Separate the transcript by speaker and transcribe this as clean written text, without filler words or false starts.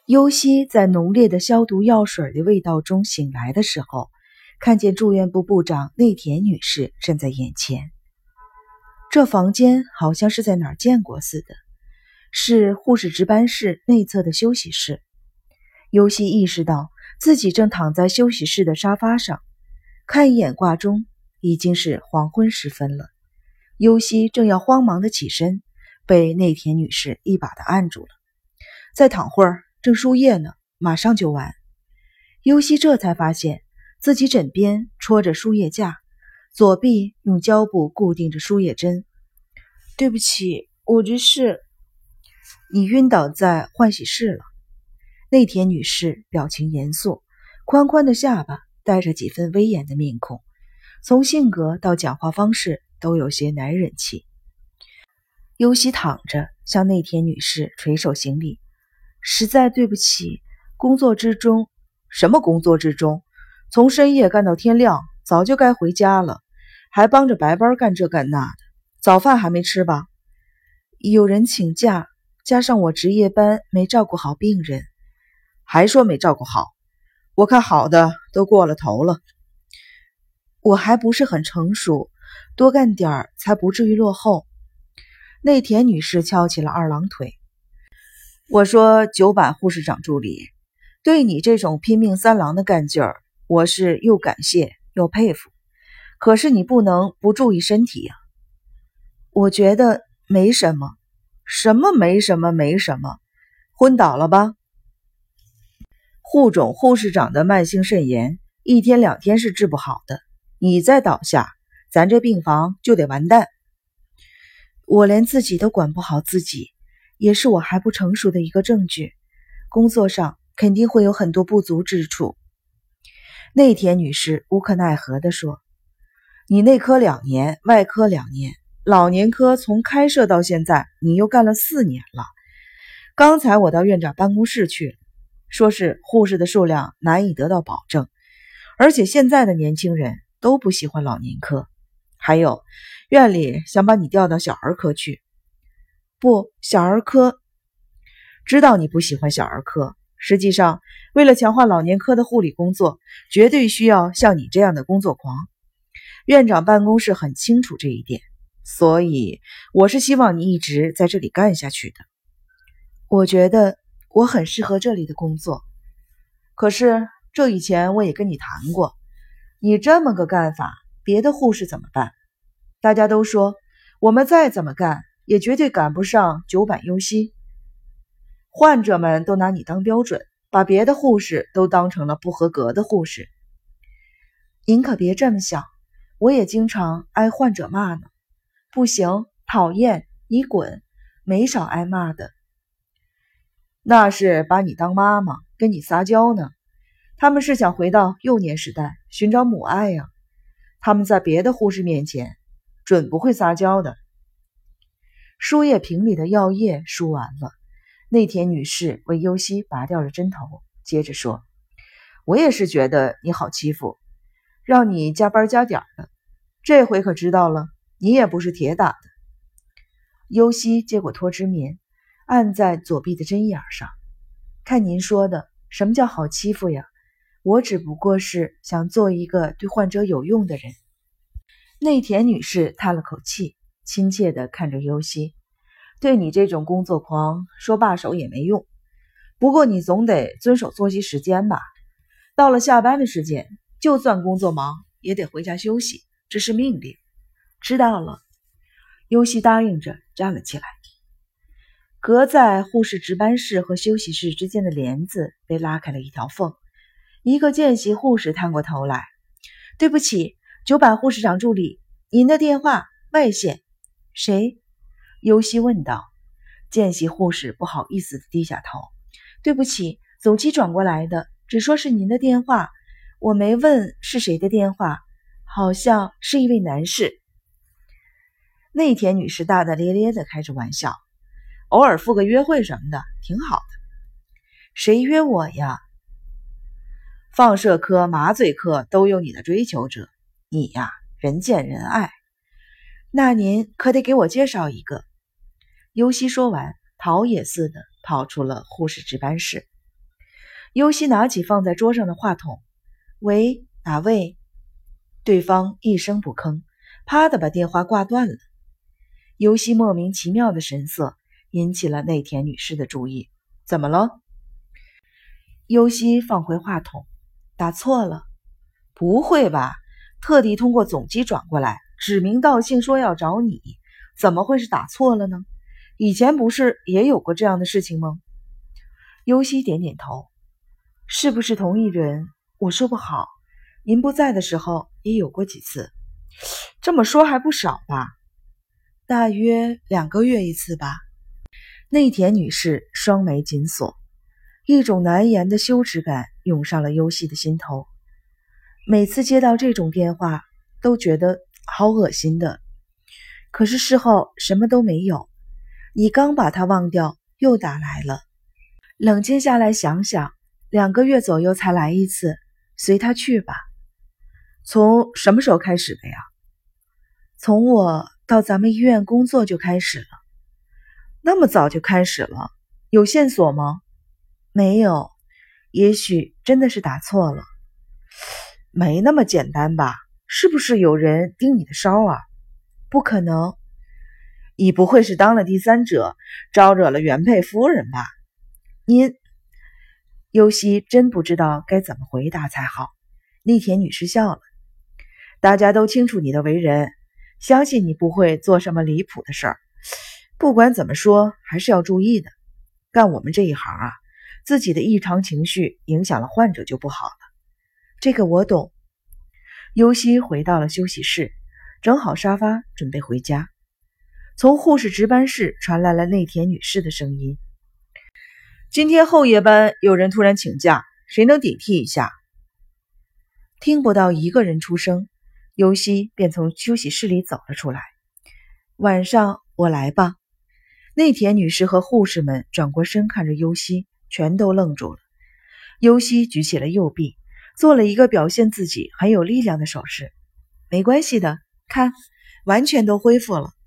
Speaker 1: 优西在浓烈的消毒药水的味道中醒来的时候，看见住院部部长内田女士站在眼前。这房间好像是在哪儿见过似的，是护士值班室内侧的休息室。优西意识到自己正躺在休息室的沙发上，看一眼挂钟，已经是黄昏时分了。优西正要慌忙的起身，被内田女士一把的按住了。再躺会儿，正输液呢，马上就完。优西这才发现自己枕边戳着输液架，左臂用胶布固定着输液针。对不起，我这是……你晕倒在换洗室了。内田女士表情严肃，宽宽的下巴带着几分威严的面孔，从性格到讲话方式都有些男人气。优西躺着向内田女士垂手行礼，实在对不起，工作之中……
Speaker 2: 什么工作之中？从深夜干到天亮，早就该回家了，还帮着白班干这干那的，早饭还没吃吧？
Speaker 1: 有人请假，加上我值夜班没照顾好病人。
Speaker 2: 还说没照顾好？我看好的都过了头了。
Speaker 1: 我还不是很成熟，多干点儿才不至于落后。内田女士翘起了二郎腿。
Speaker 2: 我说9版护士长助理，对你这种拼命三郎的干劲儿，我是又感谢又佩服。可是你不能不注意身体呀。
Speaker 1: 我觉得没什么。
Speaker 2: 什么没什么没什么？昏倒了吧？护种护士长的慢性肾炎，1天2天是治不好的。你再倒下，咱这病房就得完蛋。
Speaker 1: 我连自己都管不好自己，也是我还不成熟的一个证据。工作上肯定会有很多不足之处。
Speaker 2: 内田女士无可奈何地说：“你内科2年，外科2年，老年科从开设到现在，你又干了4年了。刚才我到院长办公室去了，说是护士的数量难以得到保证，而且现在的年轻人都不喜欢老年科，还有院里想把你调到小儿科去。
Speaker 1: 不，小儿科……
Speaker 2: 知道你不喜欢小儿科，实际上为了强化老年科的护理工作，绝对需要像你这样的工作狂。院长办公室很清楚这一点，所以我是希望你一直在这里干下去的。
Speaker 1: 我觉得我很适合这里的工作。
Speaker 2: 可是这以前我也跟你谈过，你这么个干法，别的护士怎么办？大家都说我们再怎么干也绝对赶不上9版优西。患者们都拿你当标准，把别的护士都当成了不合格的护士。
Speaker 1: 您可别这么想，我也经常挨患者骂呢。不行，讨厌，你滚，没少挨骂的。
Speaker 2: 那是把你当妈妈，跟你撒娇呢。他们是想回到幼年时代，寻找母爱呀。他们在别的护士面前准不会撒娇的。
Speaker 1: 输液瓶里的药液输完了，内田女士为优西拔掉了针头，接着说：“
Speaker 2: 我也是觉得你好欺负，让你加班加点的，这回可知道了，你也不是铁打的。”
Speaker 1: 优西接过脱脂棉，按在左臂的针眼上。看您说的，什么叫好欺负呀？我只不过是想做一个对患者有用的人。内田女士叹了口气，亲切地看着优西。
Speaker 2: 对你这种工作狂，说罢手也没用。不过你总得遵守作息时间吧？到了下班的时间，就算工作忙，也得回家休息，这是命令。
Speaker 1: 知道了。优西答应着站了起来。隔在护士值班室和休息室之间的帘子被拉开了一条缝，一个见习护士探过头来：“对不起，9版护士长助理，您的电话外线。”“谁？”优西问道。见习护士不好意思地低下头：“对不起，总机转过来的，只说是您的电话，我没问是谁的电话，好像是一位男士。”
Speaker 2: 内田女士大大咧咧地开着玩笑：“偶尔赴个约会什么的，挺好的。”“
Speaker 1: 谁约我呀？”“
Speaker 2: 放射科、麻醉科都有你的追求者，你呀，人见人爱。”“
Speaker 1: 那您可得给我介绍一个。”优西说完，逃也似的跑出了护士值班室。 尤西拿起放在桌上的话筒：“喂，哪位？”对方一声不吭，啪的把电话挂断了。尤西莫名其妙的神色引起了内田女士的注意。“怎么了？”尤西放回话筒：“打错了。”“不会吧？特地通过总机转过来，指名道姓说要找你，怎么会是打错了呢？以前不是也有过这样的事情吗？”尤西点点头：“是不是同一人？我说不好。您不在的时候也有过几次。”“这么说还不少吧？”“大约2个月一次吧。”内田女士双眉紧锁，一种难言的羞耻感涌上了尤西的心头。每次接到这种电话都觉得好恶心的，可是事后什么都没有，你刚把他忘掉又打来了。冷静下来想想，2个月左右才来一次，随他去吧。”“从什么时候开始的呀？”“从我到咱们医院工作就开始了。”“那么早就开始了？有线索吗？”“没有，也许真的是打错了。”“没那么简单吧？是不是有人盯你的梢啊？”“不可能。”“你不会是当了第三者，招惹了原配夫人吧？”“您……”尤西真不知道该怎么回答才好。内田女士笑了：“大家都清楚你的为人，相信你不会做什么离谱的事儿。不管怎么说，还是要注意的。干我们这一行啊，自己的异常情绪影响了患者就不好了。”“这个我懂。”尤西回到了休息室，整好沙发准备回家。从护士值班室传来了内田女士的声音：“今天后夜班有人突然请假，谁能顶替一下？”听不到一个人出声，尤西便从休息室里走了出来。“晚上我来吧。”内田女士和护士们转过身看着尤西，全都愣住了。尤西举起了右臂，做了一个表现自己很有力量的手势：“没关系的，看，完全都恢复了。”